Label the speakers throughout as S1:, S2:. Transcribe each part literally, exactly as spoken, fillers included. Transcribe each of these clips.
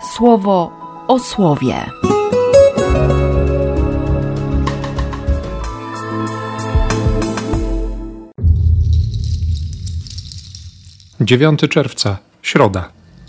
S1: Słowo o słowie.
S2: dziewiątego czerwca, środa.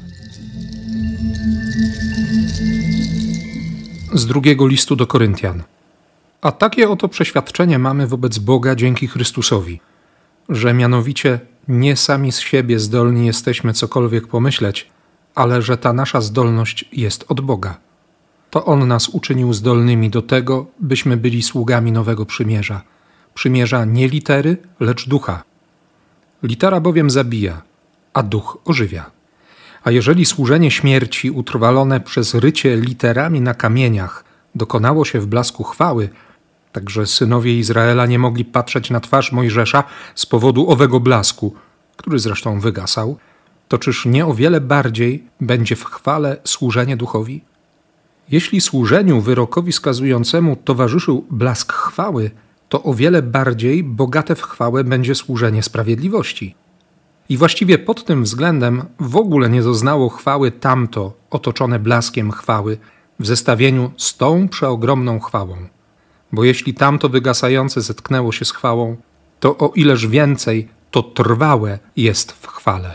S2: Z drugiego listu do Koryntian. A takie oto przeświadczenie mamy wobec Boga dzięki Chrystusowi, że mianowicie nie sami z siebie zdolni jesteśmy cokolwiek pomyśleć, ale że ta nasza zdolność jest od Boga. To On nas uczynił zdolnymi do tego, byśmy byli sługami nowego przymierza. Przymierza nie litery, lecz ducha. Litera bowiem zabija, a duch ożywia. A jeżeli służenie śmierci utrwalone przez rycie literami na kamieniach dokonało się w blasku chwały, tak że synowie Izraela nie mogli patrzeć na twarz Mojżesza z powodu owego blasku, który zresztą wygasał, to czyż nie o wiele bardziej będzie w chwale służenie duchowi? Jeśli służeniu wyrokowi skazującemu towarzyszył blask chwały, to o wiele bardziej bogate w chwałę będzie służenie sprawiedliwości. I właściwie pod tym względem w ogóle nie doznało chwały tamto, otoczone blaskiem chwały, w zestawieniu z tą przeogromną chwałą. Bo jeśli tamto wygasające zetknęło się z chwałą, to o ileż więcej to trwałe jest w chwale.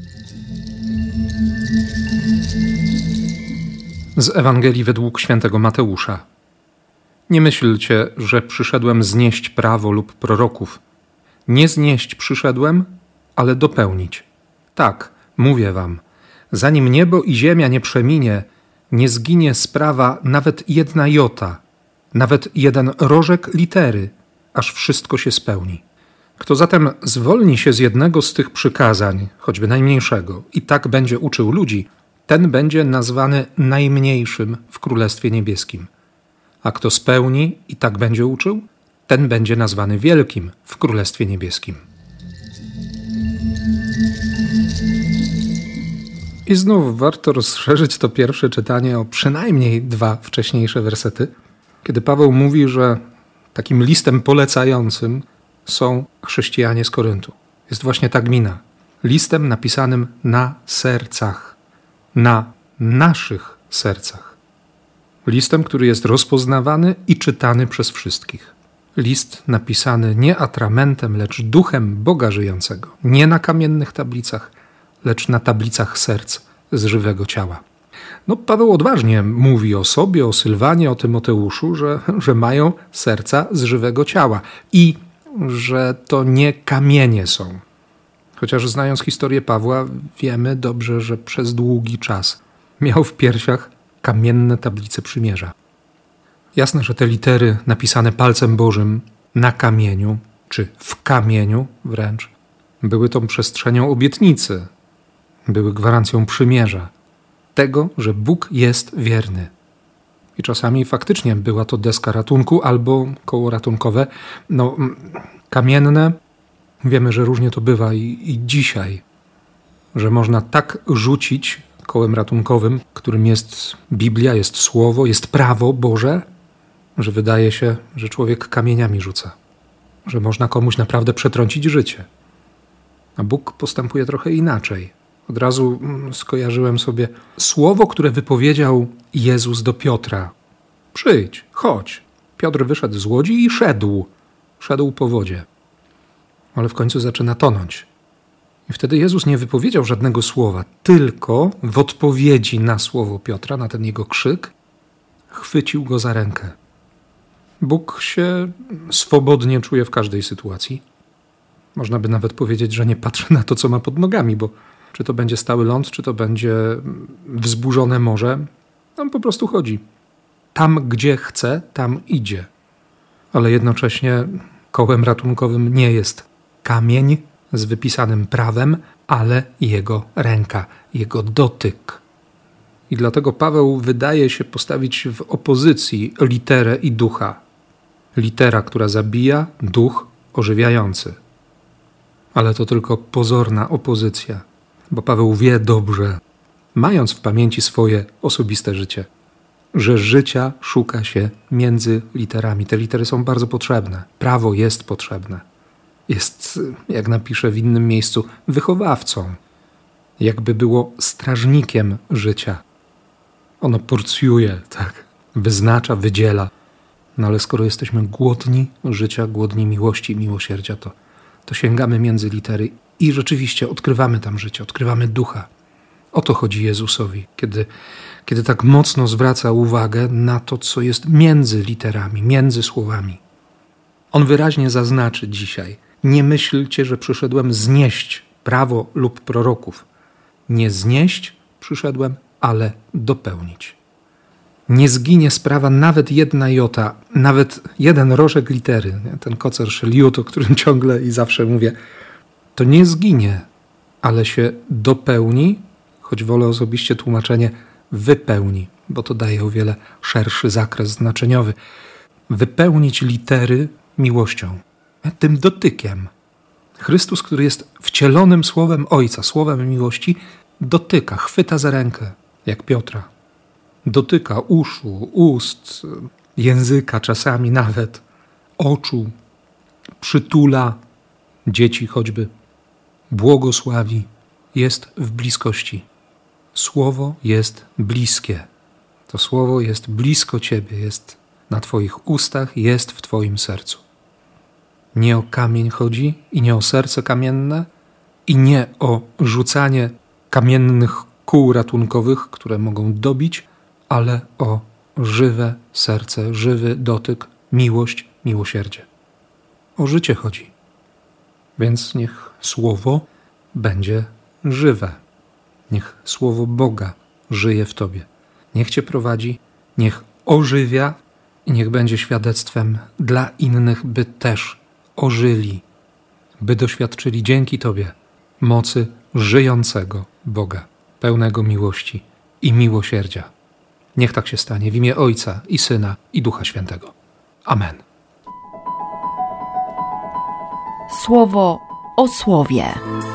S2: Z Ewangelii według świętego Mateusza. Nie myślcie, że przyszedłem znieść prawo lub proroków. Nie znieść przyszedłem, ale dopełnić. Tak, mówię wam, zanim niebo i ziemia nie przeminie, nie zginie z prawa nawet jedna jota, nawet jeden rożek litery, aż wszystko się spełni. Kto zatem zwolni się z jednego z tych przykazań, choćby najmniejszego, i tak będzie uczył ludzi, ten będzie nazwany najmniejszym w Królestwie Niebieskim. A kto spełni i tak będzie uczył, ten będzie nazwany wielkim w Królestwie Niebieskim. I znów warto rozszerzyć to pierwsze czytanie o przynajmniej dwa wcześniejsze wersety, kiedy Paweł mówi, że takim listem polecającym są chrześcijanie z Koryntu. Jest właśnie ta gmina. Listem napisanym na sercach. Na naszych sercach. Listem, który jest rozpoznawany i czytany przez wszystkich. List napisany nie atramentem, lecz duchem Boga żyjącego. Nie na kamiennych tablicach, lecz na tablicach serc z żywego ciała. No, Paweł odważnie mówi o sobie, o Sylwanie, o Tymoteuszu, że, że mają serca z żywego ciała i że to nie kamienie są. Chociaż znając historię Pawła, wiemy dobrze, że przez długi czas miał w piersiach kamienne tablice przymierza. Jasne, że te litery napisane palcem Bożym na kamieniu, czy w kamieniu wręcz, były tą przestrzenią obietnicy, były gwarancją przymierza, tego, że Bóg jest wierny. I czasami faktycznie była to deska ratunku albo koło ratunkowe. No, kamienne, wiemy, że różnie to bywa i, i dzisiaj, że można tak rzucić kołem ratunkowym, którym jest Biblia, jest Słowo, jest prawo Boże, że wydaje się, że człowiek kamieniami rzuca, że można komuś naprawdę przetrącić życie. A Bóg postępuje trochę inaczej. Od razu skojarzyłem sobie słowo, które wypowiedział Jezus do Piotra. Przyjdź, chodź. Piotr wyszedł z łodzi i szedł. Szedł po wodzie. Ale w końcu zaczyna tonąć. I wtedy Jezus nie wypowiedział żadnego słowa, tylko w odpowiedzi na słowo Piotra, na ten jego krzyk, chwycił go za rękę. Bóg się swobodnie czuje w każdej sytuacji. Można by nawet powiedzieć, że nie patrzy na to, co ma pod nogami, bo czy to będzie stały ląd, czy to będzie wzburzone morze, on po prostu chodzi. Tam, gdzie chce, tam idzie. Ale jednocześnie kołem ratunkowym nie jest kamień z wypisanym prawem, ale jego ręka, jego dotyk. I dlatego Paweł wydaje się postawić w opozycji literę i ducha. Litera, która zabija, duch ożywiający. Ale to tylko pozorna opozycja. Bo Paweł wie dobrze, mając w pamięci swoje osobiste życie, że życia szuka się między literami. Te litery są bardzo potrzebne. Prawo jest potrzebne. Jest, jak napisze w innym miejscu, wychowawcą. Jakby było strażnikiem życia. Ono porcjuje, tak, wyznacza, wydziela. No ale skoro jesteśmy głodni życia, głodni miłości i miłosierdzia, to, to sięgamy między litery i rzeczywiście odkrywamy tam życie, odkrywamy ducha. O to chodzi Jezusowi, kiedy, kiedy tak mocno zwraca uwagę na to, co jest między literami, między słowami. On wyraźnie zaznaczy dzisiaj: nie myślcie, że przyszedłem znieść prawo lub proroków. Nie znieść przyszedłem, ale dopełnić. Nie zginie sprawa nawet jedna jota, nawet jeden rożek litery, nie? Ten kocer Sheliut, o którym ciągle i zawsze mówię, to nie zginie, ale się dopełni, choć wolę osobiście tłumaczenie wypełni, bo to daje o wiele szerszy zakres znaczeniowy. Wypełnić litery miłością, tym dotykiem. Chrystus, który jest wcielonym Słowem Ojca, Słowem miłości, dotyka, chwyta za rękę, jak Piotra. Dotyka uszu, ust, języka czasami nawet, oczu, przytula dzieci choćby, błogosławi, jest w bliskości. Słowo jest bliskie. To Słowo jest blisko Ciebie, jest na Twoich ustach, jest w Twoim sercu. Nie o kamień chodzi i nie o serce kamienne i nie o rzucanie kamiennych kół ratunkowych, które mogą dobić, ale o żywe serce, żywy dotyk, miłość, miłosierdzie. O życie chodzi. Więc niech Słowo będzie żywe. Niech Słowo Boga żyje w Tobie. Niech Cię prowadzi, niech ożywia i niech będzie świadectwem dla innych, by też ożyli, by doświadczyli dzięki Tobie mocy żyjącego Boga, pełnego miłości i miłosierdzia. Niech tak się stanie w imię Ojca i Syna i Ducha Świętego. Amen.
S1: Słowo o słowie.